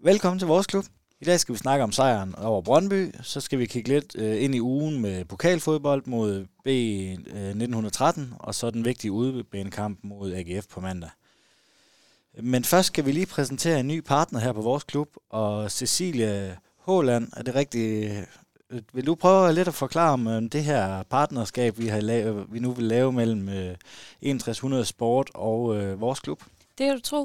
Velkommen til vores klub. I dag skal vi snakke om sejren over Brøndby. Så skal vi kigge lidt ind i ugen med pokalfodbold mod B 1913, og så den vigtige udebanekamp mod AGF på mandag. Men først skal vi lige præsentere en ny partner her på vores klub, og Cecilie Håland, er det rigtigt? Vil du prøve lidt at forklare om det her partnerskab, vi nu vil lave mellem 6100 Sport og vores klub? Det kan du tro.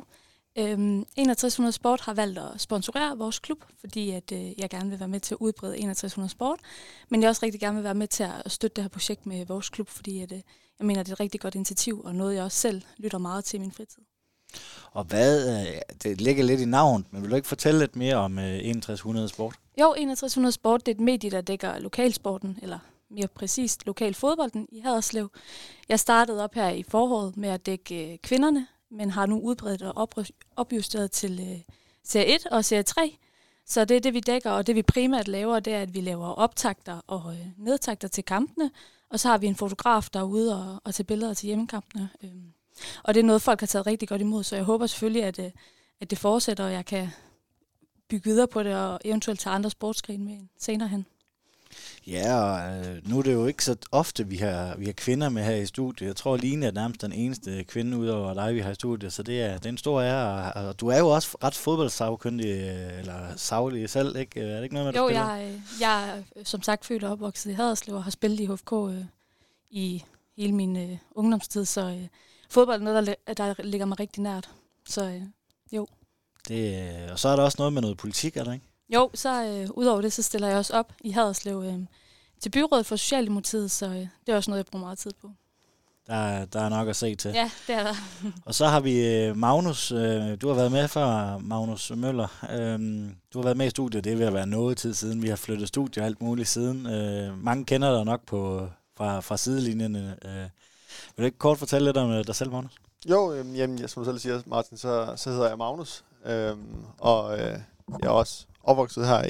6100 Sport har valgt at sponsorere vores klub, fordi at, jeg gerne vil være med til at udbrede 6100 Sport, men jeg også rigtig gerne vil være med til at støtte det her projekt med vores klub, fordi at, jeg mener, det er et rigtig godt initiativ, og noget jeg også selv lytter meget til i min fritid. Og det ligger lidt i navnet, men vil du ikke fortælle lidt mere om 6100 Sport? Jo, 6100 Sport, det er et medie, der dækker lokalsporten, eller mere præcist lokalfodbolden i Haderslev. Jeg startede op her i foråret med at dække kvinderne, men har nu udbredt og opjusteret til serie 1 og serie 3. Så det er det, vi dækker, og det vi primært laver, det er, at vi laver optakter og nedtakter til kampene, og så har vi en fotograf derude og tage billeder til hjemmekampene. Og det er noget, folk har taget rigtig godt imod, så jeg håber selvfølgelig, at det fortsætter, og jeg kan bygge videre på det, og eventuelt tage andre sportsgrene med senere hen. Ja, og nu er det jo ikke så ofte, vi har kvinder med her i studiet. Jeg tror, Line er nærmest den eneste kvinde ud over dig, vi har i studiet, så det er en stor ære. Og du er jo også ret fodboldsagkyndig, eller saglig selv, ikke? Er det ikke noget med, du spiller? Jo, jeg er som sagt født og opvokset i Haderslev og har spillet i HFK i hele min ungdomstid, så fodbold er noget, der ligger mig rigtig nært. Så jo. Og så er der også noget med noget politik, er der ikke? Jo, så udover det, så stiller jeg også op i Haderslev til byrådet for Socialdemokratiet, så det er også noget, jeg bruger meget tid på. Der er nok at se til. Ja, det er der. Og så har vi Magnus. Du har været med før, Magnus Møller. Du har været med i studiet, det er ved at være noget tid siden. Vi har flyttet studiet og alt muligt siden. Mange kender dig nok fra sidelinjerne. Vil du ikke kort fortælle lidt om dig selv, Magnus? Jo, jamen, som du selv siger, Martin, så hedder jeg Magnus. Og jeg er også opvokset her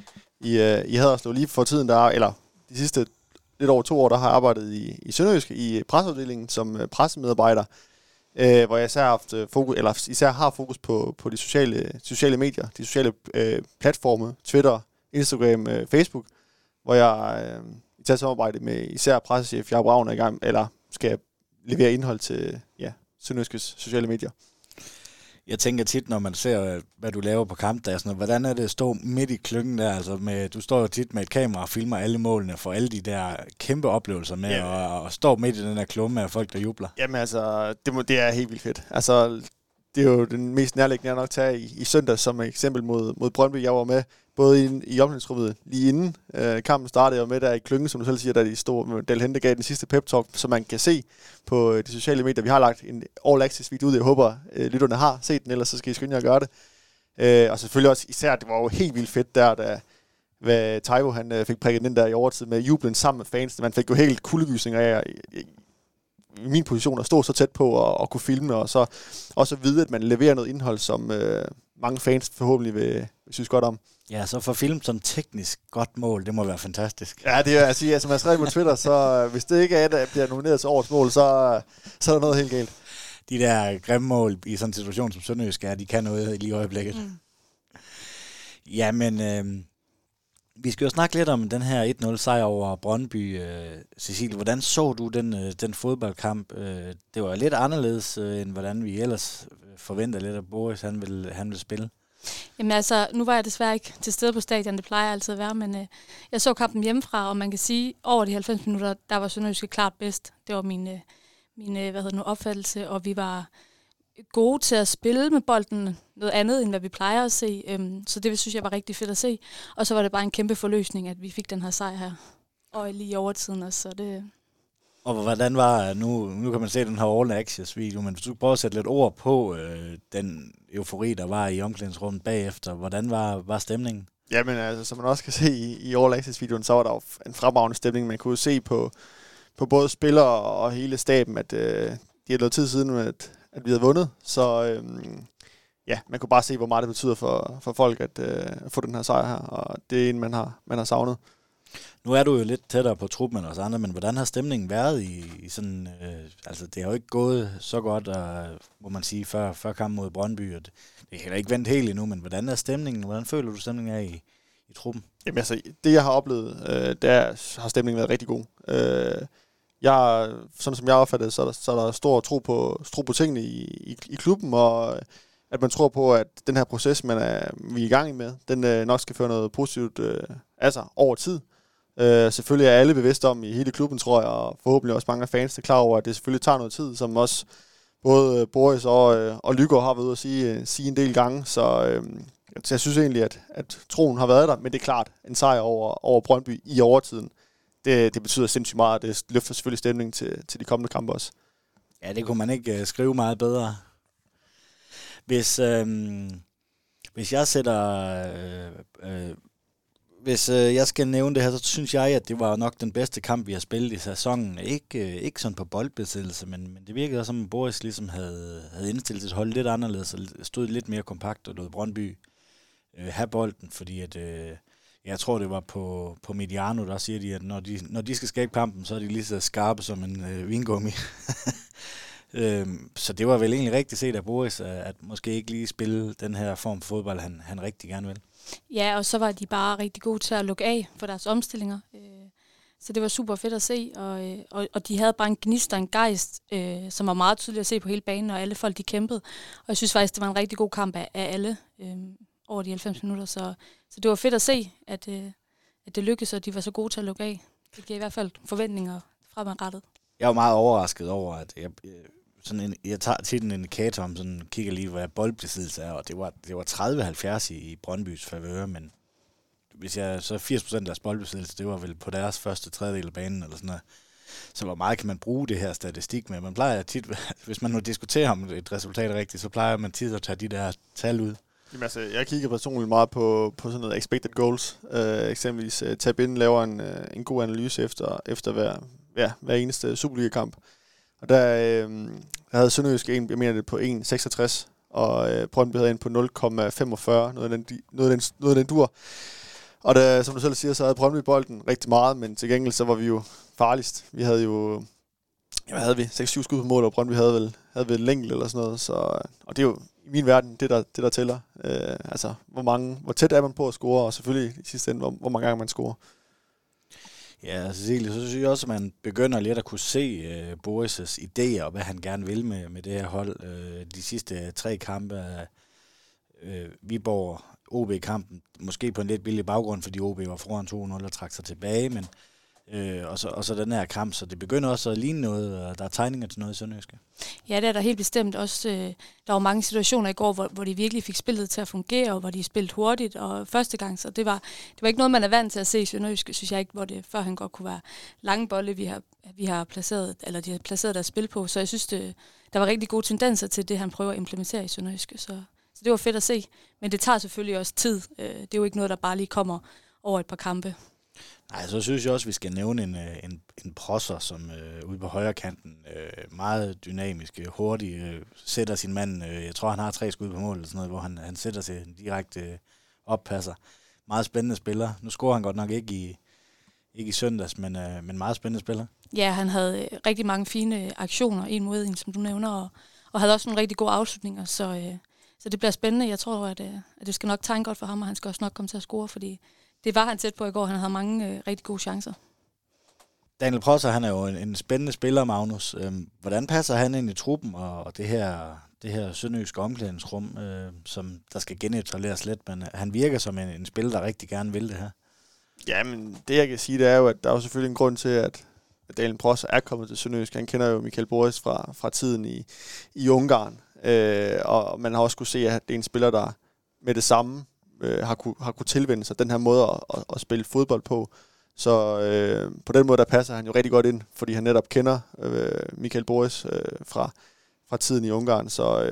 i Haderslev lige for tiden, eller de sidste lidt over 2 år, der har jeg arbejdet i Sønderjysk i presseafdelingen som pressemedarbejder, hvor jeg især har fokus på de sociale medier, de sociale platforme, Twitter, Instagram, Facebook, hvor jeg i tæt samarbejde med især pressechef Jacob Ravn er i gang, eller skal levere indhold til Sønderjyskes sociale medier. Jeg tænker tit, når man ser, hvad du laver på kampdag, hvordan er det at stå midt i klyngen der? Altså du står jo tit med et kamera og filmer alle målene for alle de der kæmpe oplevelser med, og stå midt i den der klumme af folk, der jubler. Jamen altså, det er helt vildt fedt. Altså, det er jo den mest nærliggende, jeg nok tage i søndag som eksempel mod Brøndby. Jeg var med både i omklædningsrummet lige inden kampen startede, og med der i klyngen, som du selv siger, da de stod med Del Hente gav den sidste pep-talk, som man kan se på de sociale medier. Vi har lagt en all access video ud, jeg håber lytterne har set den, ellers så skal I skynde jer at gøre det. Og selvfølgelig også især, det var jo helt vildt fedt der, da Taiwo han fik prikket den der i overtid med jublen sammen med fans. Man fik jo helt kuldegysninger af i min position at stå så tæt på og kunne filme, og så også vide, at man leverer noget indhold, som mange fans forhåbentlig vil synes godt om. Ja, så for film som teknisk godt mål, det må være fantastisk. Ja, det er at sige, altså man skrev på Twitter, så hvis det ikke er, der bliver nomineret til årets mål, så er der noget helt galt. De der grimme mål i sådan en situation som Sønderjysk er, de kan noget lige i øjeblikket. Ja, men vi skal jo snakke lidt om den her 1-0 sejr over Brøndby. Cecilie, hvordan så du den fodboldkamp? Det var lidt anderledes, end hvordan vi ellers forventer lidt, at Boris han vil spille. Jamen altså, nu var jeg desværre ikke til stede på stadion, det plejer jeg altid at være, men jeg så kampen hjemmefra, og man kan sige, over de 90 minutter, der var Sønderjyske klart bedst. Det var min opfattelse, og vi var gode til at spille med bolden noget andet, end hvad vi plejer at se. Så det synes jeg var rigtig fedt at se. Og så var det bare en kæmpe forløsning, at vi fik den her sejr her. Og lige i overtiden også, så det... Og hvordan var, nu kan man se den her All Access video, men hvis du prøver at sætte lidt ord på den eufori, der var i omklædningsrummet bagefter, hvordan var stemningen? Jamen altså, som man også kan se i All Access videoen, så var der jo en fremragende stemning. Man kunne se på både spillere og hele staben, at de havde noget tid siden, at vi havde vundet. Så man kunne bare se, hvor meget det betyder for folk at få den her sejr her, og det er en, man har savnet. Nu er du jo lidt tættere på truppen end os andre, men hvordan har stemningen været i sådan... altså, det har jo ikke gået så godt, må man sige, før kampen mod Brøndby, og det er heller ikke vendt helt endnu, men hvordan er stemningen? Hvordan føler du stemningen er i truppen? Jamen altså, det jeg har oplevet, der har stemningen været rigtig god. Sådan som jeg opfattede, så er der stor tro på tingene i klubben, og at man tror på, at den her proces, vi er i gang med, den nok skal føre noget positivt over tid. Selvfølgelig er alle bevidste om i hele klubben, tror jeg, og forhåbentlig også mange af fans er klar over, at det selvfølgelig tager noget tid, som også både Boris og Lygaard har været ude at sige en del gange, så jeg synes egentlig, at troen har været der, men det er klart, en sejr over Brøndby i overtiden, det betyder sindssygt meget, og det løfter selvfølgelig stemningen til de kommende kampe også. Ja, det kunne man ikke skrive meget bedre. Hvis jeg sætter... Hvis jeg skal nævne det her, så synes jeg, at det var nok den bedste kamp, vi har spillet i sæsonen. Ikke sådan på boldbesiddelse, men det virkede også, som at Boris ligesom havde indstillet sit hold lidt anderledes, og stod lidt mere kompakt og lod Brøndby have bolden, fordi at, jeg tror, det var på Mediano, der siger de, at når de skal skabe kampen, så er de lige så skarpe som en vingummi. Så det var vel egentlig rigtigt set af Boris, at måske ikke lige spille den her form for fodbold, han rigtig gerne vil. Ja, og så var de bare rigtig gode til at lukke af for deres omstillinger. Så det var super fedt at se, og de havde bare en gnist og en gejst, som var meget tydeligt at se på hele banen, og alle folk de kæmpede. Og jeg synes faktisk, det var en rigtig god kamp af alle over de 90 minutter. Så det var fedt at se, at det lykkedes, og de var så gode til at lukke af. Det giver i hvert fald forventninger fremadrettet. Jeg var meget overrasket over, at jeg tager tit en indikator om, sådan kigger lige, hvad boldbesiddelse er, og det var 30-70 i Brøndbys favør, men hvis jeg så 80% af deres boldbesiddelse, det var vel på deres første tredjedel af banen, eller sådan noget. Så hvor meget kan man bruge det her statistik med? Man plejer tit, hvis man nu diskuterer om et resultat er rigtigt, så plejer man tit at tage de der tal ud. Jamen altså, jeg kigger personligt meget på sådan noget expected goals. Eksempelvis Tab In laver en god analyse efter hver eneste Superliga-kamp. Og der havde Sønderjysk jeg mener det på 1,66, og Brøndby havde en på 0,45, noget af den dur. Og da, som du selv siger, så havde Brøndby bolden rigtig meget, men til gengæld så var vi jo farligst. Vi havde jo, hvad havde vi? 6-7 skud på mål, og Brøndby havde vel en enkelt eller sådan noget. Så, og det er jo i min verden det der tæller. Altså, hvor tæt er man på at score, og selvfølgelig i sidste ende, hvor mange gange man scorer. Ja, Cecilie, så synes jeg også, at man begynder lidt at kunne se Boris' idéer, og hvad han gerne vil med det her hold. De sidste 3 kampe af Viborg OB-kampen, måske på en lidt billig baggrund, fordi OB var foran 2-0 og trak sig tilbage, men og så den her kamp, så det begynder også at ligne noget, og der er tegninger til noget i Sønderjyske. Ja, det er der helt bestemt også. Der var mange situationer i går, hvor de virkelig fik spillet til at fungere, og hvor de spillede hurtigt og første gang, så det var ikke noget, man er vant til at se i Sønderjyske, synes jeg ikke, hvor det førhen godt kunne være lange bolde, vi har placeret, eller de har placeret deres spil på, så jeg synes, der var rigtig gode tendenser til det, han prøver at implementere i Sønderjyske, så det var fedt at se, men det tager selvfølgelig også tid. Det er jo ikke noget, der bare lige kommer over et par kampe. Nej, så synes jeg også, at vi skal nævne en prosser, som ude på højre kanten, meget dynamisk, hurtigt, sætter sin mand, jeg tror han har 3 skud på mål, eller sådan noget, hvor han sætter sig en direkte oppasser. Meget spændende spiller. Nu scorer han godt nok ikke i søndags, men meget spændende spiller. Ja, han havde rigtig mange fine aktioner, en mod en, som du nævner, og havde også nogle rigtig gode afslutninger, så det bliver spændende. Jeg tror, at det skal nok tegne godt for ham, og han skal også nok komme til at score, fordi det var han tæt på i går. Han havde mange rigtig gode chancer. Daniel Prosser, han er jo en spændende spiller, Magnus. Hvordan passer han ind i truppen og det her sønderjyske omklædningsrum, som der skal genetableres lidt, men han virker som en spiller, der rigtig gerne vil det her? Ja, men det jeg kan sige, det er jo, at der er jo selvfølgelig en grund til, at Daniel Prosser er kommet til Sønderjysk. Han kender jo Michael Boris fra tiden i Ungarn, og man har også kunne se, at det er en spiller, der med det samme har kunne tilvende sig den her måde at spille fodbold på. Så på den måde, der passer han jo rigtig godt ind, fordi han netop kender Michael Boris fra tiden i Ungarn. Så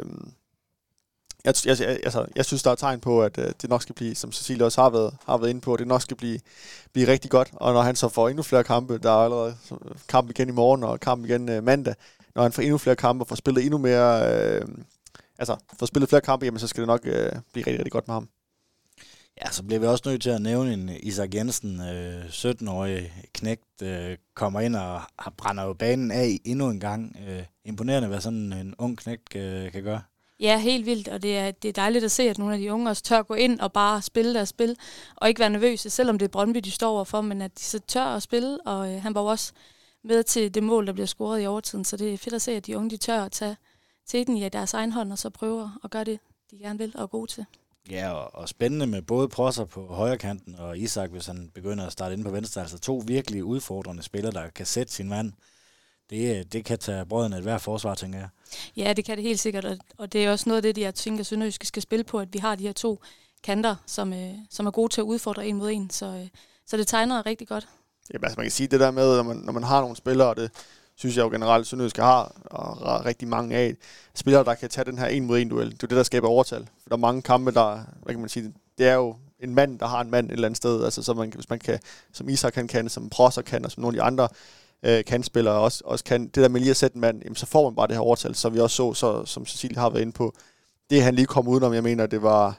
jeg synes, der er tegn på, at det nok skal blive, som Cecilie også har været inde på, det nok skal blive rigtig godt. Og når han så får endnu flere kampe, der er allerede kamp igen i morgen og kamp igen mandag, når han får endnu flere kampe og får spillet endnu mere, får spillet flere kampe, jamen så skal det nok blive rigtig, rigtig godt med ham. Ja, så bliver vi også nødt til at nævne en Isak Jensen, 17-årig knægt, kommer ind og brænder jo banen af endnu en gang. Imponerende, hvad sådan en ung knægt kan gøre. Ja, helt vildt, og det er dejligt at se, at nogle af de unge også tør gå ind og bare spille deres spil, og ikke være nervøse, selvom det er Brøndby, de står overfor, men at de så tør at spille, og han var også med til det mål, der bliver scoret i overtiden, så det er fedt at se, at de unge, de tør at tage teten i deres egen hånd, og så prøver at gøre det, de gerne vil og er gode til. Ja, og spændende med både Prosser på højre kanten og Isak, hvis han begynder at starte inde på venstre. Altså 2 virkelig udfordrende spillere, der kan sætte sin mand. Det kan tage brødene et hver forsvar, tænker jeg. Ja, det kan det helt sikkert, og det er også noget af det, jeg tænker, Sønderjyske skal spille på, at vi har de her 2 kanter, som er gode til at udfordre en mod en, så det tegner rigtig godt. Ja, altså man kan sige det der med, når man har nogle spillere, og det synes jeg jo generelt, Sønderjyske har, og rigtig mange af spillere, der kan tage den her 1-mod-1-duel. Det er det, der skaber overtal. For der er mange kampe, der, hvad kan man sige, det er jo en mand, der har en mand et eller andet sted, altså så hvis man kan, som Isak kan, som Prosser kan, og som nogle af de andre kandspillere også kan, det der med lige at sætte en mand, jamen, så får man bare det her overtal, så vi også så som Cecilie har været inde på. Det han lige kom udenom, jeg mener, det var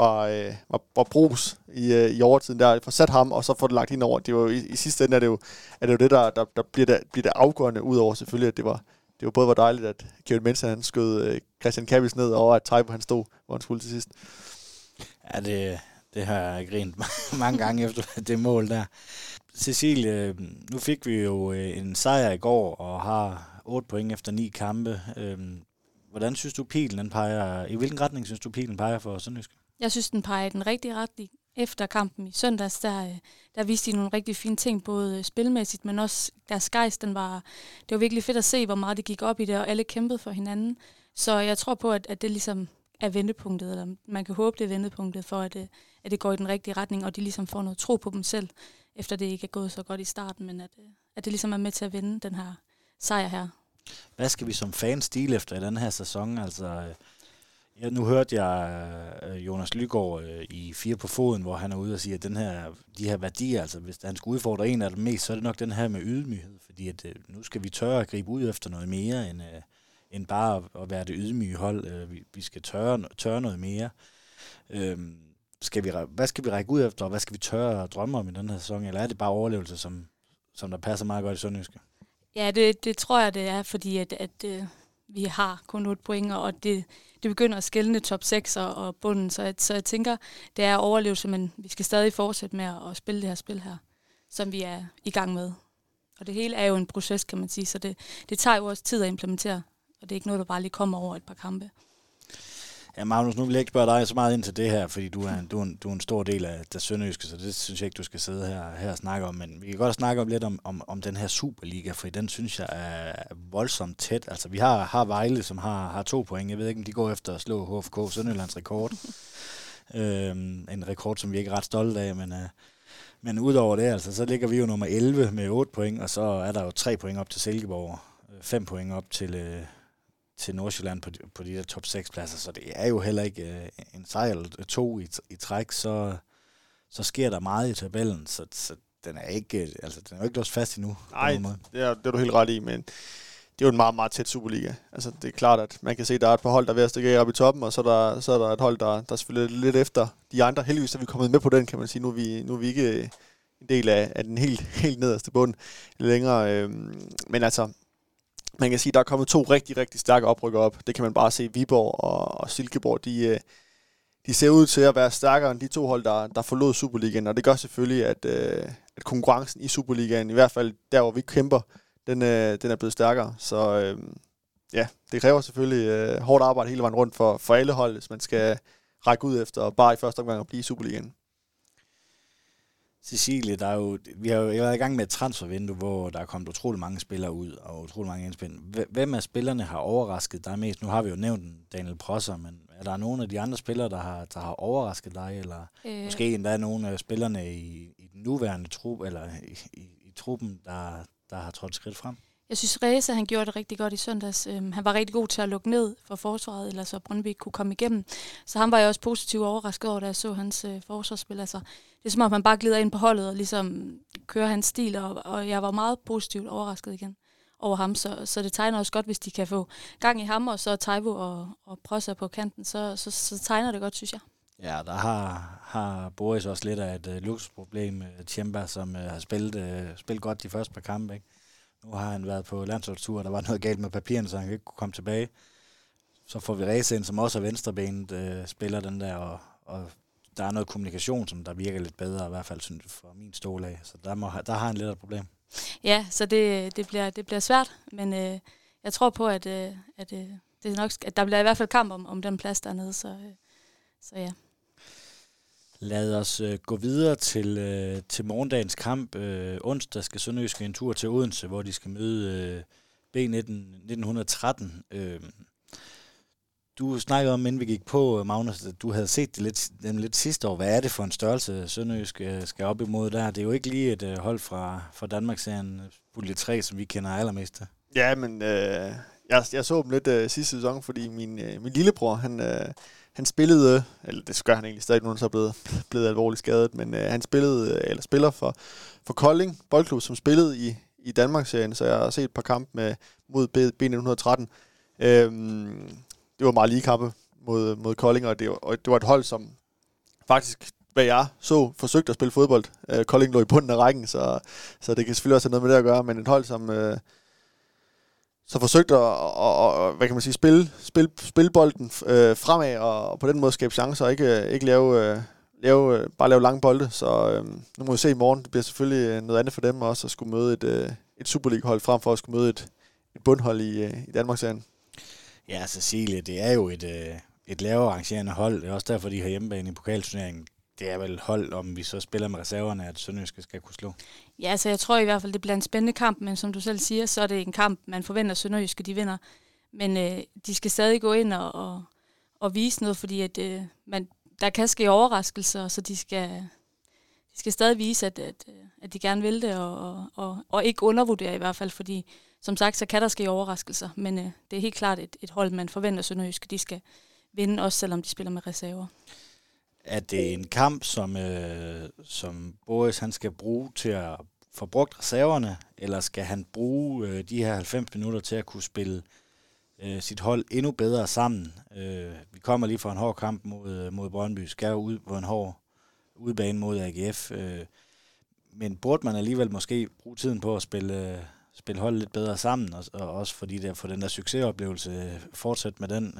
Brugs i overtiden der, for sat ham, og så får det lagt ind over. Det var jo, i sidste ende er det jo det, der bliver det afgørende, udover selvfølgelig, at det var både var dejligt, at Kevin Mensa, han skød Christian Kappis ned, og at Taibo, han stod, hvor han skulle til sidst. Ja, det har jeg grint mange gange efter det mål der. Cecilie, nu fik vi jo en sejr i går, og har 8 point efter 9 kampe. Hvordan synes du, pilen den peger? I hvilken retning synes du, pilen peger for Sønderjyske? Jeg synes, den peger i den rigtige retning. Efter kampen i søndags, der viste de nogle rigtig fine ting, både spilmæssigt, men også deres gejst. Det var virkelig fedt at se, hvor meget det gik op i det, og alle kæmpede for hinanden. Så jeg tror på, at det ligesom er vendepunktet, eller man kan håbe, det er vendepunktet for, at det går i den rigtige retning, og de ligesom får noget tro på dem selv, efter det ikke er gået så godt i starten, men at det ligesom er med til at vinde den her sejr her. Hvad skal vi som fans stile efter i den her sæson? Altså, nu hørte jeg Jonas Lygaard i 4 på foden, hvor han er ude og siger, at de her værdier, altså hvis han skulle udfordre en af dem mest, så er det nok den her med ydmyghed, fordi at nu skal vi tørre at gribe ud efter noget mere, end bare at være det ydmyge hold. Vi skal tørre noget mere. Hvad skal vi række ud efter, og hvad skal vi tørre at drømme om i den her sæson, eller er det bare overlevelse, som der passer meget godt i Sønderjyske? Ja, det tror jeg, det er, fordi at vi har kun 8 point, og det begynder at skelne top 6 og bunden, så jeg tænker, det er overlevelse, men vi skal stadig fortsætte med at spille det her spil her, som vi er i gang med. Og det hele er jo en proces, kan man sige, så det tager jo også tid at implementere, og det er ikke noget, der bare lige kommer over et par kampe. Ja, Magnus, nu vil jeg ikke spørge dig så meget ind til det her, fordi du er en stor del af det sønderjyske, så det synes jeg ikke, du skal sidde her og snakke om. Men vi kan godt snakke lidt om den her Superliga, for den synes jeg er voldsomt tæt. Altså, vi har Vejle, som har 2 point. Jeg ved ikke, om de går efter at slå HFK Sønderjyllands rekord. En rekord, som vi ikke er ret stolte af, men udover det, altså, så ligger vi jo nummer 11 med 8 point, og så er der jo 3 point op til Silkeborg, 5 point op til Nordsjælland på de der top 6 pladser, så det er jo heller ikke en sejr eller 2 i træk, så sker der meget i tabellen, så den er ikke låst fast endnu. Nej, det er du helt ret i, men det er jo en meget, meget tæt Superliga. Altså, det er klart, at man kan se, at der er et par hold, der er ved at stikke op i toppen, og så er der et hold, der er selvfølgelig lidt efter de andre. Heldigvis er vi kommet med på den, kan man sige. Nu er vi ikke en del af den helt nederste bund længere. Men altså, man kan sige, at der er kommet 2 rigtig, rigtig stærke oprykker op. Det kan man bare se. Viborg og Silkeborg, de ser ud til at være stærkere end de 2 hold, der forlod Superligaen. Og det gør selvfølgelig, at konkurrencen i Superligaen, i hvert fald der, hvor vi kæmper, den er blevet stærkere. Så ja, det kræver selvfølgelig hårdt arbejde hele vejen rundt for alle hold, hvis man skal række ud efter bare i første omgang at blive i Superligaen. Cecilie, vi har jo været i gang med et transfervindue, hvor der er kommet utrolig mange spillere ud, og utrolig mange indspil. Hvem af spillerne har overrasket dig mest? Nu har vi jo nævnt Daniel Prosser, men er der nogen af de andre spillere, der har overrasket dig, eller måske endda nogle af spillerne i den nuværende trup, eller i truppen, der har trådt skridt frem? Jeg synes, Reza, han gjorde det rigtig godt i søndags. Han var rigtig god til at lukke ned for forsvaret, eller så Brøndby kunne komme igennem. Så han var jeg også positivt overrasket over, da jeg så hans forsvarsspil. Altså, det er som om, man bare glider ind på holdet og ligesom kører hans stil, og jeg var meget positivt overrasket igen over ham. Så det tegner også godt, hvis de kan få gang i ham, og så Taibo og Prosser på kanten, så tegner det godt, synes jeg. Ja, der har Boris også lidt af et luksusproblem. Tjemba, som har spillet godt de første par kampe, ikke? Nu har han været på landsholdstur, der var noget galt med papirerne, så han ikke kunne komme tilbage. Så får vi Reza ind, som også er venstrebenet, spiller den der, og der er noget kommunikation, som der virker lidt bedre, i hvert fald for min stol af. Så der har han lidt af et problem. Ja, så det bliver svært, men jeg tror på, at det er nok, at der bliver i hvert fald kamp om den plads dernede, så ja. Lad os gå videre til morgendagens kamp. Onsdag skal Sønderjyske en tur til Odense, hvor de skal møde B1913. Du snakkede om, inden vi gik på, Magnus, at du havde set dem lidt sidste år. Hvad er det for en størrelse, Sønderjyske skal op imod der? Det er jo ikke lige et hold fra Danmarksserien Pulje 3, som vi kender allermest. Ja, men jeg så dem lidt sidste sæson, fordi min lillebror, han spillede, eller det gør han egentlig stadig, nu er han så blevet alvorligt skadet, men han spiller for Kolding Boldklub, som spillede i Danmarksserien, så jeg har set et par kampe mod B1913. Det var meget lige kampe mod Kolding, og det var et hold, som faktisk, hvad jeg så, forsøgte at spille fodbold. Kolding lå i bunden af rækken, så det kan selvfølgelig også have noget med det at gøre, men et hold, som så forsøgte at hvad kan man sige, spille bolden fremad, og på den måde skabe chancer, og ikke lave lange bolde. Så nu må vi se i morgen. Det bliver selvfølgelig noget andet for dem også, at skulle møde et Superliga-hold, frem for at skulle møde et bundhold i Danmarksserien. Ja, Cecilie, det er jo et lavere arrangerende hold. Det er også derfor, de har hjemmebane i pokalturneringen. Det er vel hold, om vi så spiller med reserverne, at Sønderjyske skal kunne slå. Ja, så jeg tror i hvert fald, det bliver en spændende kamp, men som du selv siger, så er det en kamp, man forventer, at Sønderjyske de vinder. Men de skal stadig gå ind og vise noget, fordi at, der kan ske overraskelser, så de skal stadig vise, at de gerne vil det, og ikke undervurdere i hvert fald, fordi som sagt, så kan der ske overraskelser, men det er helt klart et hold, man forventer, at Sønderjyske de skal vinde, også selvom de spiller med reserver. Er det en kamp, som Boris han skal bruge til at få brugt reserverne, eller skal han bruge de her 90 minutter til at kunne spille sit hold endnu bedre sammen? Vi kommer lige fra en hård kamp mod Brøndby, skal ud på en hård udbane mod AGF, men burde man alligevel måske bruge tiden på at spille holdet lidt bedre sammen, og også fordi der for den der succesoplevelse fortsætte med den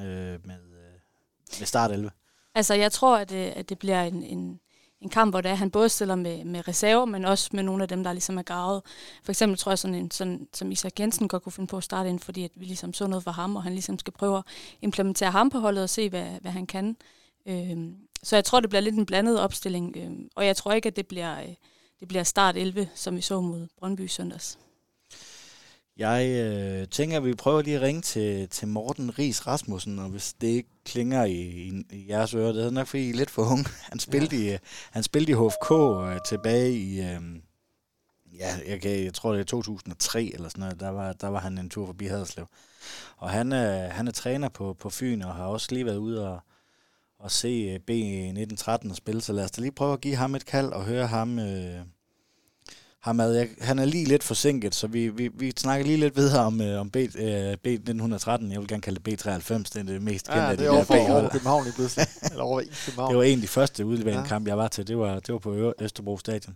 med start 11? Altså, jeg tror, at det bliver en kamp, hvor han både stiller med reserver, men også med nogle af dem, der ligesom er gravet. For eksempel tror jeg, sådan som Isak Jensen godt kunne finde på at starte ind, fordi at vi ligesom så noget for ham, og han ligesom skal prøve at implementere ham på holdet og se, hvad han kan. Så jeg tror, det bliver lidt en blandet opstilling, og jeg tror ikke, at det bliver start 11, som vi så mod Brøndby søndags. Jeg tænker, at vi prøver lige at ringe til Morten Riis Rasmussen, og hvis det ikke klinger i jeres ører, det er nok fordi I er lidt for unge. Han spillede i HFK tilbage i, jeg tror det er 2003 eller sådan noget, der var han en tur forbi Haderslev. Og han er træner på Fyn, og har også lige været ude og se B1913 og spille, så lad os da lige prøve at give ham et kald og høre ham... Han er lige lidt forsinket, så vi snakker lige lidt videre om B1913. Jeg vil gerne kalde det B93, det er det mest kendte af de der B-hold. København i pludselig. Eller over i København. Det var en af de første udleveringkamp, jeg var til. Det var på Østerbro Stadion.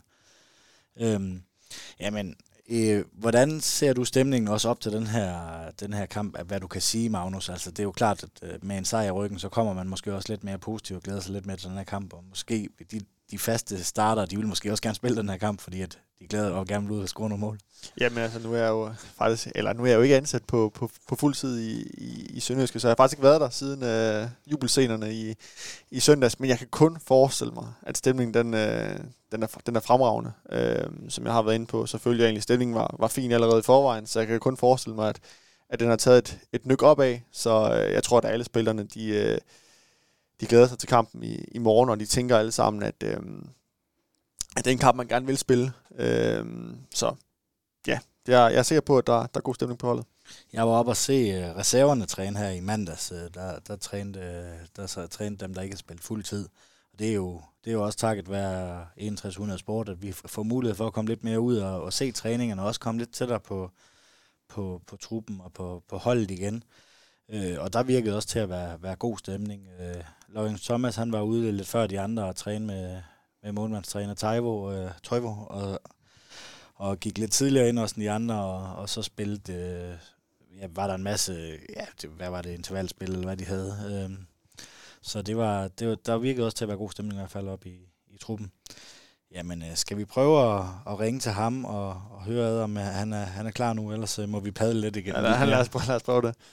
Hvordan ser du stemningen også op til den her kamp, hvad du kan sige, Magnus? Altså, det er jo klart, at med en sejr i ryggen, så kommer man måske også lidt mere positiv og glæder sig lidt mere til den her kamp, og måske de faste starter, de vil måske også gerne spille den her kamp, fordi at de glæder og gerne vil ud og score nogle mål. Jamen altså, nu er jeg jo ikke ansat på fuld tid i Sønderjyske, så jeg har faktisk ikke været der siden jubelscenerne i søndags, men jeg kan kun forestille mig, at stemningen den er fremragende, som jeg har været inde på. Selvfølgelig egentlig stemningen var fin allerede i forvejen, så jeg kan kun forestille mig, at den har taget et nyk opad, så jeg tror, at alle spillerne, de glæder sig til kampen i morgen, og de tænker alle sammen, at det er en kamp, man gerne vil spille. Så ja, jeg er sikker på, at der er god stemning på holdet. Jeg var oppe og se reserverne træne her i mandags. Der trænede dem, der ikke har spillet fuld tid. Og det er jo også takket være 6100 Sport, at vi får mulighed for at komme lidt mere ud og se træningerne, og også komme lidt tættere på truppen og på holdet igen. Og der virkede også til at være god stemning. Løjens Thomas, han var ude lidt før de andre og træne med målmandstræner Toivo, og gik lidt tidligere ind også end de andre, og så spillede, var der en masse, hvad var det, intervalspil, eller hvad de havde. Så der virkede også til at være god stemning i hvert fald op i truppen. Jamen, skal vi prøve at ringe til ham og høre, om han er klar nu, ellers må vi padle lidt igen. Ja, lad os prøve det.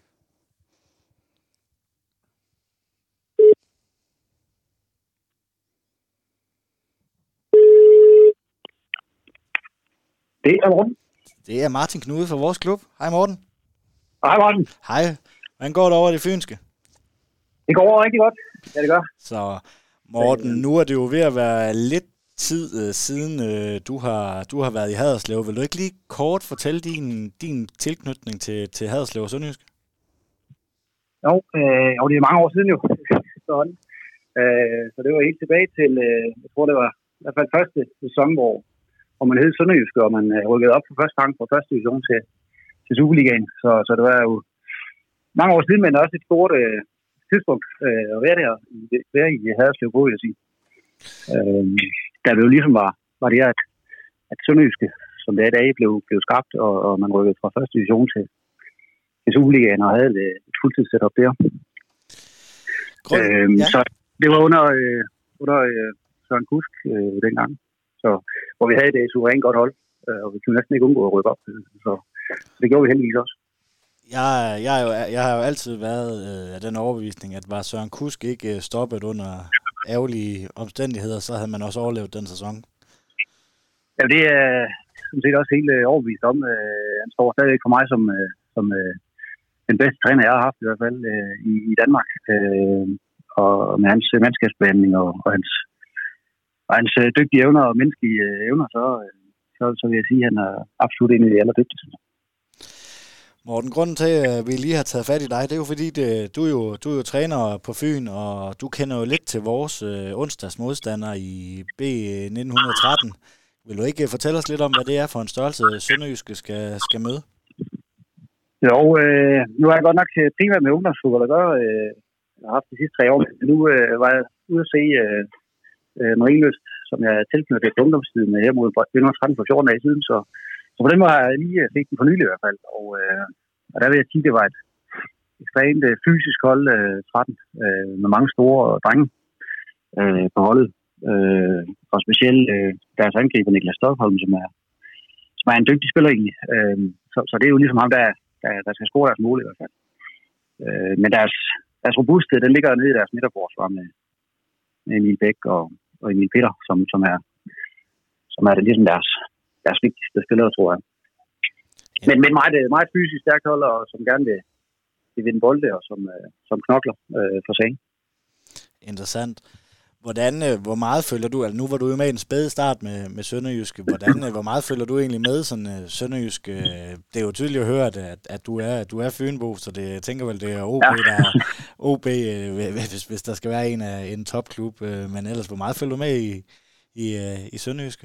Det er Morten. Det er Martin Knude fra vores klub. Hej Morten. Hej Martin. Hej. Hvordan går det over det fynske? Det går over rigtig godt. Ja, det gør. Så Morten, nu er det jo ved at være lidt tid siden du har været i Haderslev. Vil du ikke lige kort fortælle din tilknytning til Haderslev og Sønderjysk? Jo, det er mange år siden jo. Sådan. Så det var helt tilbage til, jeg tror det var i hvert fald første sæson, hvor man hed Sønderjysk, og man rykkede op for første gang fra første division til Superligaen. Så det var jo mange år siden, men også et stort tidspunkt at være i Haderslev, vil jeg sige. Der det jo ligesom var det, at Sønderjyske, som det er i dag, blev skabt, og man rykkede fra første division til Superligaen og havde et fuldtidssetup der. Så det var under Søren Kusk dengang. Så, hvor vi havde et suverænt godt hold, og vi kunne næsten ikke undgå at rykke op. Så det gjorde vi heldigvis også. Jeg har jo altid været af den overbevisning, at var Søren Kusk ikke stoppet under ærgerlige omstændigheder, så havde man også overlevet den sæson. Ja, det er sådan set også helt overbevist om. Han står stadigvæk for mig som den bedste træner, jeg har haft i hvert fald i Danmark. Og med hans mandskabsbehandling og hans dygtige evner og menneskelige evner, så vil jeg sige, at han er absolut en af de allerdygtigste. Morten, grunden til, at vi lige har taget fat i dig, det er jo fordi, du er jo træner på Fyn, og du kender jo lidt til vores onsdagsmodstander i B1913. Vil du ikke fortælle os lidt om, hvad det er for en størrelse, Sønderjyske skal møde? Jo, nu er jeg godt nok primært med ungdomsfodbold at gøre. Jeg har haft de sidste 3 år, men nu var jeg ude at se Marienlyst, som jeg er tilknyttet til ungdomstiden her mod B1913 for 14 dage siden, så på den måde har jeg lige set den for nylig i hvert fald, og der vil jeg sige, at det var et ekstremt fysisk hold, 13, med mange store drenge på holdet, og specielt deres angriber Niklas Stokholm, som er en dygtig spiller egentlig, så det er jo ligesom ham, der skal score deres mål i hvert fald. Men deres robusthed, den ligger nede i deres midterforsvar med Emil Bæk og Emil Peter, som er det ligesom deres vigtigste spillere, tror jeg. Men meget fysisk stærkt hold, og som gerne vil vinde bolde, og som knokler for sagen. Interessant. Hvor meget følger du, altså nu var du jo med i en spæde start med Sønderjyske, hvor meget følger du egentlig med sådan Sønderjyske? Det er jo tydeligt at høre, at du er Fynbo, så jeg tænker vel, det er OB, ja. Der er OB, hvis der skal være en topklub, men ellers, hvor meget følger du med i Sønderjyske?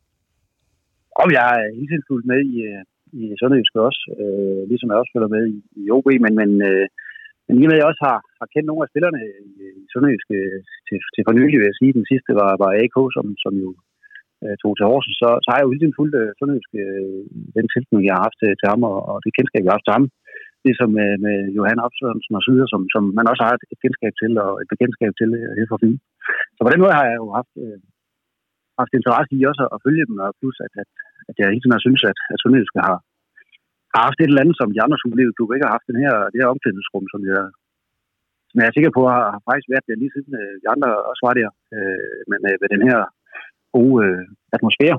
Og jeg er helt tiden fuldt med i Sønderjyske også, ligesom jeg også følger med i OB, men i og med, at jeg også har kendt nogle af spillerne i Sønderjyske til for nylig, vil jeg sige. Den sidste var AK, som jo tog til Horsens. Så har jeg jo hele tiden fulgt Sønderjyske den tilknytning, jeg har haft til ham, og det kendskab, jeg har haft til ham. Ligesom med Johan Absalonsen og så videre, som man også har et kendskab til, og et bekendtskab til her for Fyn. Så på den måde har jeg jo haft interesse i også at følge dem, og plus at jeg hele tiden har synes, at Sønderjyske har haft et eller andet, som de andre Superliga-klubber ikke har haft, det her omklædningsrum, som jeg er sikker på har faktisk været der lige siden de andre også var der, men med den her gode atmosfære.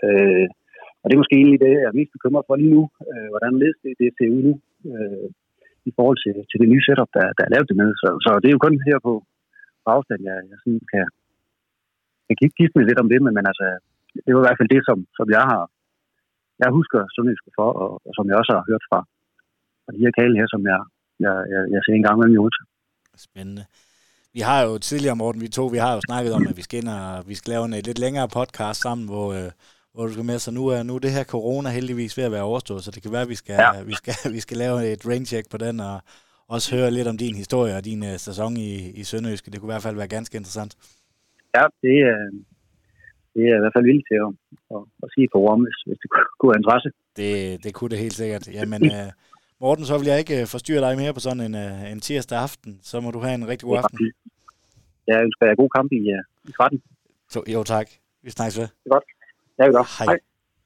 Og det er måske egentlig det, jeg er mest bekymret for lige nu, hvordan det ser ud nu, i forhold til det nye setup, der er lavet det med. Så det er jo kun her på afstand, jeg sådan kan give mig lidt om det, men altså, det var i hvert fald det, som jeg husker Sønderjyske for, og som jeg også har hørt fra de her kale her, som jeg ser en gang mellem i Odense. Spændende. Vi har jo tidligere, Morten, vi har jo snakket om, at vi skal lave en lidt længere podcast sammen, hvor du skal med. Så nu er det her corona heldigvis ved at være overstået, så det kan være, at vi skal lave et raincheck på den, også høre lidt om din historie og din sæson i Sønderjyske. Det kunne i hvert fald være ganske interessant. Ja, det er jeg i hvert fald villig til at sige på Rom, hvis det kunne have interesse. Det kunne det helt sikkert. Jamen, Morten, så vil jeg ikke forstyrre dig mere på sådan en tirsdag aften. Så må du have en rigtig god aften. Jeg ønsker jer god kamp i 13. Jo, tak. Vi snakkes ved. Det er godt. Ja, det er godt. Hej.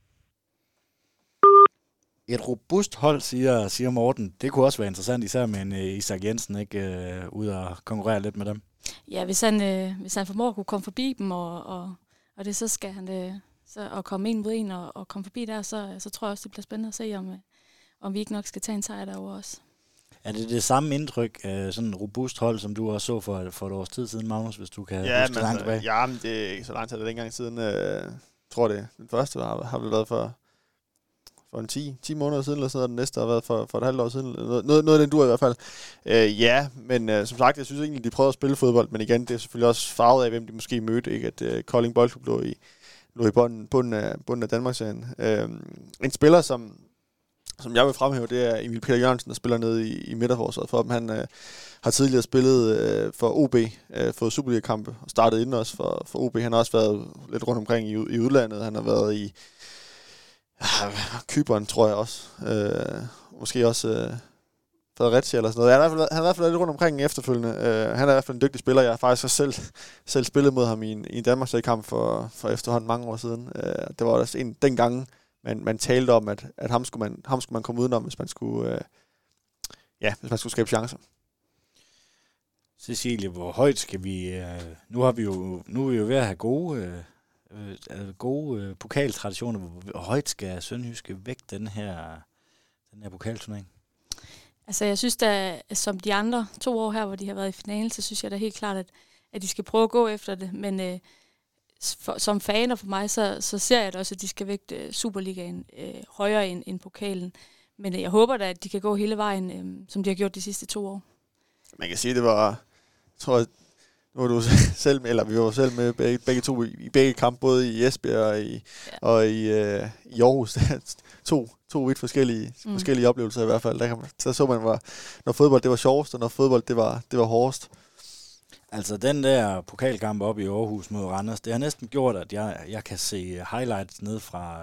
Et robust hold, siger Morten. Det kunne også være interessant, især med en Isak Jensen, ikke ud og konkurrere lidt med dem. Ja, hvis han formår at kunne komme forbi dem, og det så skal han så at komme ind mod en og komme forbi der, så tror jeg også, det bliver spændende at se, om vi ikke nok skal tage en sejr derovre også. Er det samme indtryk af sådan en robust hold, som du også så for et års tid siden, Magnus, hvis du kan huske langt tilbage? Ja, men det er ikke så lang tid, det er engang siden. Jeg tror det. Den første har vel været for en 10 måneder siden, eller sådan noget. Den næste har været for et halvt år siden. Noget af den dur i hvert fald. Ja, men som sagt, jeg synes egentlig, de prøvede at spille fodbold, men igen, det er selvfølgelig også farvet af, hvem de måske mødte, ikke? At Kolding Boldklub lå i bunden af Danmarksserien. En spiller, som jeg vil fremhæve, det er Emil Peter Jørgensen, der spiller nede i midterforsvaret for dem. Han har tidligere spillet for OB, fået Superliga-kampe, og startet inden også for OB. Han har også været lidt rundt omkring i udlandet. Han har været i Cypern, tror jeg også. Måske også Fredericia eller sådan noget. Han har i hvert fald været lidt rundt omkring efterfølgende. Han er i hvert fald en dygtig spiller. Jeg har faktisk også selv spillet mod ham i en Danmarks-kamp for efterhånden mange år siden. Det var også en dengang, man talte om, at ham skulle man komme udenom, hvis man skulle skabe chancer. Cecilie, hvor højt skal vi... Nu er vi jo ved at have gode pokaltraditioner. Hvor højt skal Sønderjyske væk den her pokalturnering? Altså, jeg synes da, som de andre 2 år her, hvor de har været i finalen, så synes jeg da helt klart, at de skal prøve at gå efter det. Men som fan og for mig, så ser jeg da også, at de skal vægte Superligaen højere end pokalen. Men jeg håber da, at de kan gå hele vejen, som de har gjort de sidste 2 år. Man kan sige, det var... Jeg tror, nu var du selv med, eller vi var selv med begge to i begge kampe, både i Esbjerg og i Aarhus. to vidt forskellige oplevelser i hvert fald. Der så man, når fodbold det var sjovest, og når fodbold det var hårdest. Altså den der pokalkamp op i Aarhus mod Randers, det har næsten gjort, at jeg kan se highlights ned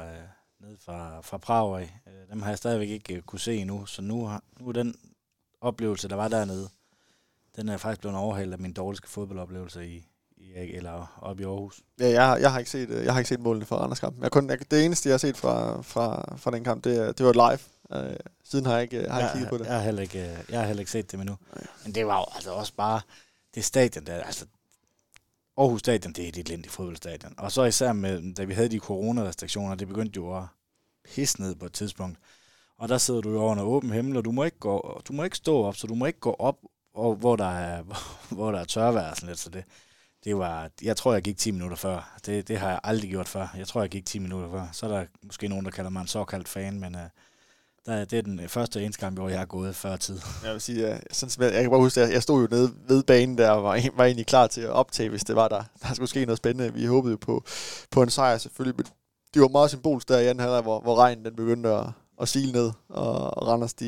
fra Prag af. Dem har jeg stadigvæk ikke kunne se endnu, så nu er den oplevelse, der var dernede, den er faktisk blevet overhældt af min dårligste fodboldoplevelse eller op i Aarhus. Ja, jeg har ikke set målene fra Randers kamp. Det eneste, jeg har set fra den kamp, det var live. Siden har jeg ikke kigget på det. Jeg har heller ikke set det endnu. Men det var jo altså også bare det stadion der, altså Aarhus Stadion, det er et elendigt fodboldstadion. Og så især med, da vi havde de coronarestriktioner, det begyndte jo at pisse ned på et tidspunkt. Og der sidder du jo over en åben himmel, og du må ikke stå op, så du må ikke gå op, og hvor der er tørvejr og sådan lidt, så det var, jeg tror, jeg gik 10 minutter før. Det har jeg aldrig gjort før. Jeg tror, jeg gik 10 minutter før. Så er der måske nogen, der kalder mig en såkaldt fan, men det er den første endskamp, hvor jeg har gået før tid. Jeg vil sige, jeg kan bare huske, at jeg stod jo nede ved banen der, og var egentlig klar til at optage, hvis det var der skulle ske noget spændende. Vi håbede jo på en sejr selvfølgelig, men det var meget symbolsk der i anden halvleg, hvor regnen den begyndte at sile ned, og Randers, de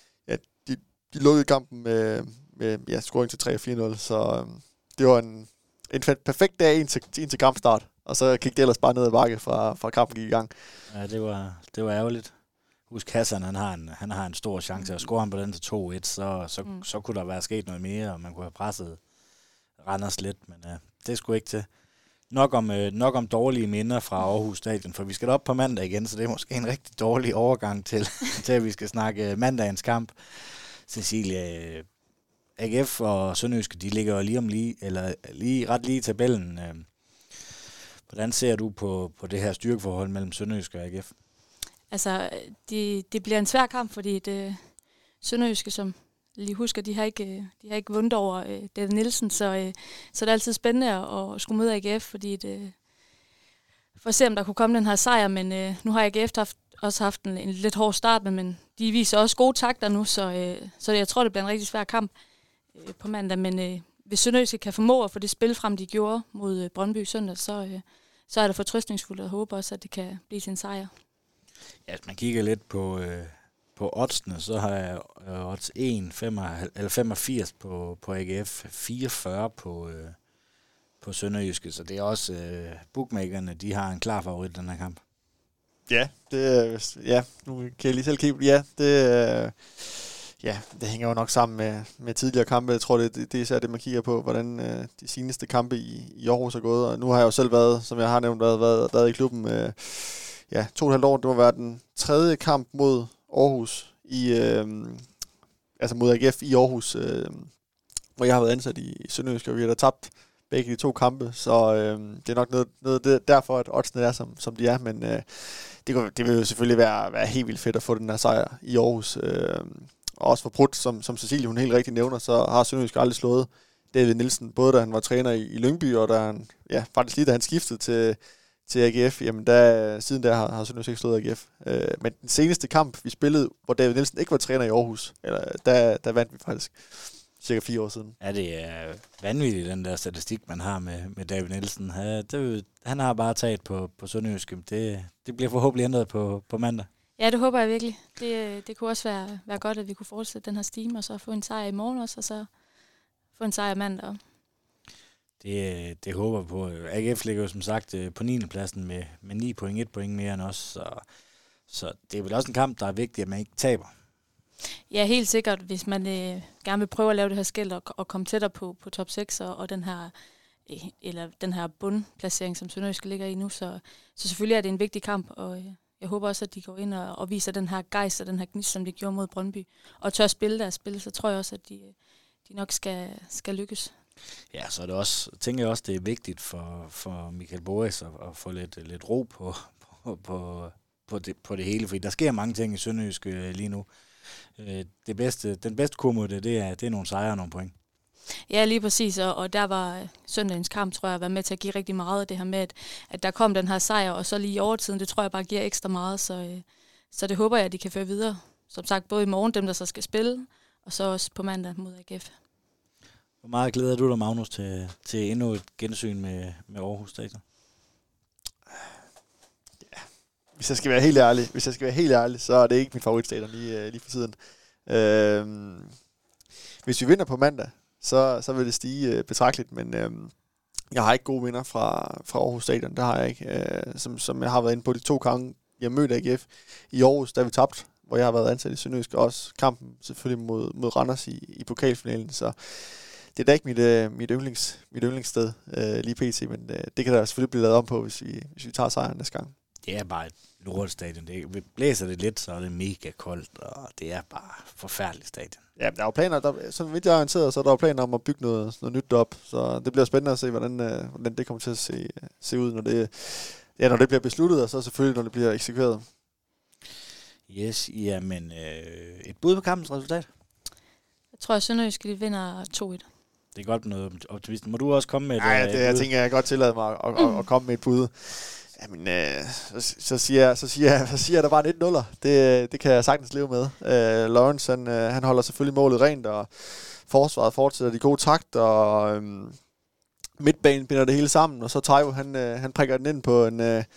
lukkede kampen med scoring til 3-4-0, så det var en perfekt dag ind til kampstart, og så gik det ellers bare ned ad bakke fra kampen gik i gang. Ja, det var ærgerligt. Husk, Hassan, han har en stor chance at score ham på den til 2-1, så kunne der være sket noget mere, og man kunne have presset Randers lidt, men det skulle ikke til. Nok om dårlige minder fra Aarhus Stadion, for vi skal op på mandag igen, så det er måske en rigtig dårlig overgang til at vi skal snakke mandagens kamp. Cecilie, AGF og Sønderjyske, de ligger jo ret lige i tabellen. Hvordan ser du på det her styrkeforhold mellem Sønderjyske og AGF? Altså, det bliver en svær kamp, fordi det Sønderjyske, som lige husker, de har ikke vundet over David Nielsen, så det er altid spændende at skulle møde AGF, fordi for at se, om der kunne komme den her sejr, men nu har AGF også haft en lidt hård start, men de viser også gode takter nu, så jeg tror, det bliver en rigtig svær kamp på mandag, men hvis Sønderjyske kan formå at få det spil frem, de gjorde mod Brøndby søndag, så er det fortrøstningsfuldt, og håber også, at det kan blive til en sejr. Ja, hvis man kigger lidt på på oddsene, så har jeg odds 1,85 på AGF, 44 på Sønderjyske, så det er også bookmakerne, de har en klar favorit i den her kamp. Ja, nu kan jeg lige selv kigge. Det hænger jo nok sammen med tidligere kampe. Jeg tror, det er især det, man kigger på, hvordan de seneste kampe i Aarhus er gået. Og nu har jeg jo selv været, som jeg har nævnt, været i klubben 2,5 år. Det må være den 3. kamp mod Aarhus mod AGF i Aarhus, hvor jeg har været ansat i Sønderjysk, og vi har da tabt begge de 2 kampe, så det er nok noget derfor, at oddsene er, som de er, men det vil jo selvfølgelig være helt vildt fedt at få den her sejr i Aarhus. Og også for Prut, som Cecilie hun helt rigtigt nævner, så har Sønderjysk aldrig slået David Nielsen, både da han var træner i Lyngby, og da han, faktisk lige da han skiftede til AGF, jamen siden der har Sønderjysk ikke slået AGF. Men den seneste kamp, vi spillede, hvor David Nielsen ikke var træner i Aarhus, der vandt vi faktisk cirka 4 år siden. Ja, det er vanvittigt, den der statistik, man har med David Nielsen. Han har bare taget på Sønderjysk. Det bliver forhåbentlig ændret på mandag. Ja, det håber jeg virkelig. Det kunne også være godt, at vi kunne fortsætte den her stime, og så få en sejr i morgen også, og så få en sejr mandag. Det håber jeg på. AGF ligger jo som sagt på 9. pladsen med 9 point, 1 point mere end os, så det er vel også en kamp, der er vigtigt, at man ikke taber. Ja, helt sikkert. Hvis man gerne vil prøve at lave det her skilt og komme tættere på top 6 og den her bundplacering, som Sønderjysk ligger i nu, så selvfølgelig er det en vigtig kamp, og jeg håber også, at de går ind og viser den her gejst og den her gnist, som de gjorde mod Brøndby, og tør spille deres spil, så tror jeg også, at de nok skal lykkes. Ja, så er det også, tænker jeg også, det er vigtigt for Michael Boris at få lidt ro på det hele, fordi der sker mange ting i Sønderjysk lige nu. Den bedste kurve, det er nogle sejre og nogle point. Ja, lige præcis, og der var søndagens kamp, tror jeg, var med til at give rigtig meget af det her med, at der kom den her sejr, og så lige i overtiden, det tror jeg bare giver ekstra meget, så det håber jeg, at de kan føre videre. Som sagt, både i morgen, dem der så skal spille, og så også på mandag mod AGF. Hvor meget glæder du dig, Magnus, til endnu et gensyn med Aarhus Stadion? Ja, hvis jeg skal være helt ærlig, så er det ikke min favoritstadion lige for tiden. Hvis vi vinder på mandag, så vil det stige betragteligt, men jeg har ikke gode minder fra Aarhus Stadion, det har jeg ikke. Som jeg har været inde på de 2 gange, jeg mødte AGF i Aarhus, da vi tabte, hvor jeg har været ansat i Sønderjysk, og også kampen selvfølgelig mod Randers i pokalfinalen, så det er da ikke mit yndlingssted lige pt, men det kan der selvfølgelig blive lavet om på, hvis vi tager sejren næste gang. Det er bare et lortestadion. Det blæser det lidt, så er det mega koldt, og det er bare forfærdeligt stadion. Ja, der er jo planer, så vidt jeg er orienteret, så er der jo planer om at bygge noget nyt op, så det bliver spændende at se, hvordan det kommer til at se ud, når det bliver besluttet, og så selvfølgelig, når det bliver eksekveret. Yes, men et bud på kampens resultat? Jeg tror, at Sønderjysk vinder 2-1. Det er godt med noget optimisme. Må du også komme med et bud? Nej, jeg tænker, jeg godt tillade mig at komme med et bud. Jamen, så siger jeg der bare en 1-0'er. Det kan jeg sagtens leve med. Lawrence, han holder selvfølgelig målet rent, og forsvaret fortsætter de gode takt, og midtbanen binder det hele sammen, og så Taiwo, han prikker den ind på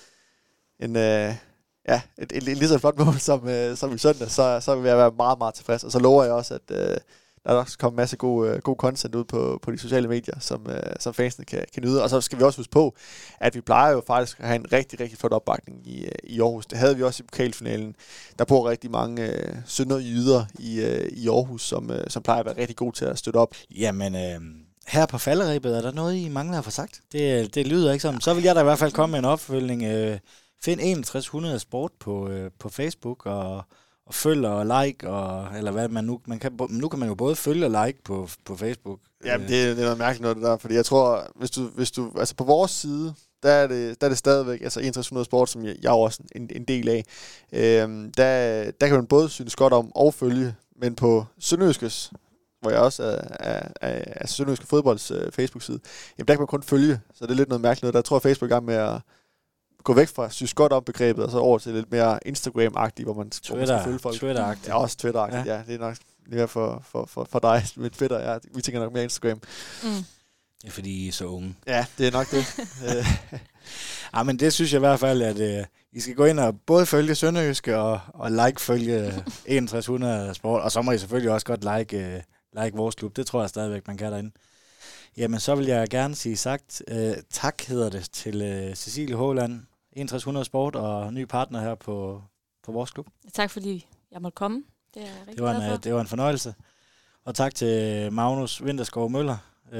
et lige så flot mål som i søndag, så vil jeg være meget, meget tilfreds. Og så lover jeg også, at der også kommer en masse god content ud på de sociale medier, som fansene kan nyde. Og så skal vi også huske på, at vi plejer jo faktisk at have en rigtig, rigtig flot opbakning i Aarhus. Det havde vi også i pokalfinalen. Der bor rigtig mange sønderjyder i Aarhus, som plejer at være rigtig gode til at støtte op. Jamen, her på falderebet, er der noget, I mangler at få sagt? Det lyder ikke sådan. Så vil jeg da i hvert fald komme med en opfølgning. Find 6100 Sport på Facebook, og følg og like, eller hvad man nu kan. Nu kan man jo både følge og like på Facebook. Jamen, det er noget mærkeligt noget, det der, fordi jeg tror, hvis du altså på vores side, der er det stadigvæk, altså 6100 Sport, som jeg er også en del af, der kan man både synes godt om og følge, men på Sønderjyskes, hvor jeg også er Sønderjyske Fodbolds Facebook-side, jamen der kan man kun følge, så det er lidt noget mærkeligt noget. Der tror jeg, Facebook er i gang med at gå væk fra synes godt om begrebet, og så over til lidt mere Instagram-agtigt, hvor man skal følge folk. Twitter-agtigt. Ja, også Twitter-agtigt, ja. Det er nok mere for dig med Twitter. Ja, vi tænker nok mere Instagram. Det er fordi I er så unge. Ja, det er nok det. Ja, men det synes jeg i hvert fald, at I skal gå ind og både følge Sønderjyske og følge 6100 Sport, og så må I selvfølgelig også godt like vores klub. Det tror jeg stadigvæk, man kan derinde. Jamen, så vil jeg gerne sige tak hedder det til Cecilie Håland, 6100 Sport og ny partner her på vores klub. Tak fordi jeg måtte komme. Det er jeg rigtig glad for. Det var en fornøjelse. Og tak til Magnus Vinterskov Møller,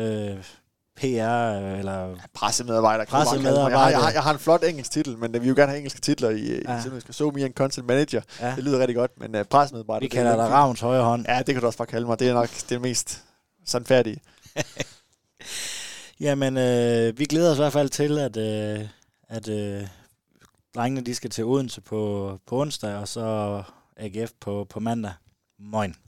PR eller pressemedarbejder. Jeg har en flot engelsk titel, men vi vil jo gerne have engelske titler i Sønderjyske. So me and content manager. Ja. Det lyder rigtig godt, men pressemedarbejder. Vi kalder dig Ravns højre hånd. Ja, det kan du også bare kalde mig. Det er nok det mest sandfærdige. Jamen, vi glæder os i hvert fald til, at drengene de skal til Odense på onsdag, og så AGF på mandag. Moin.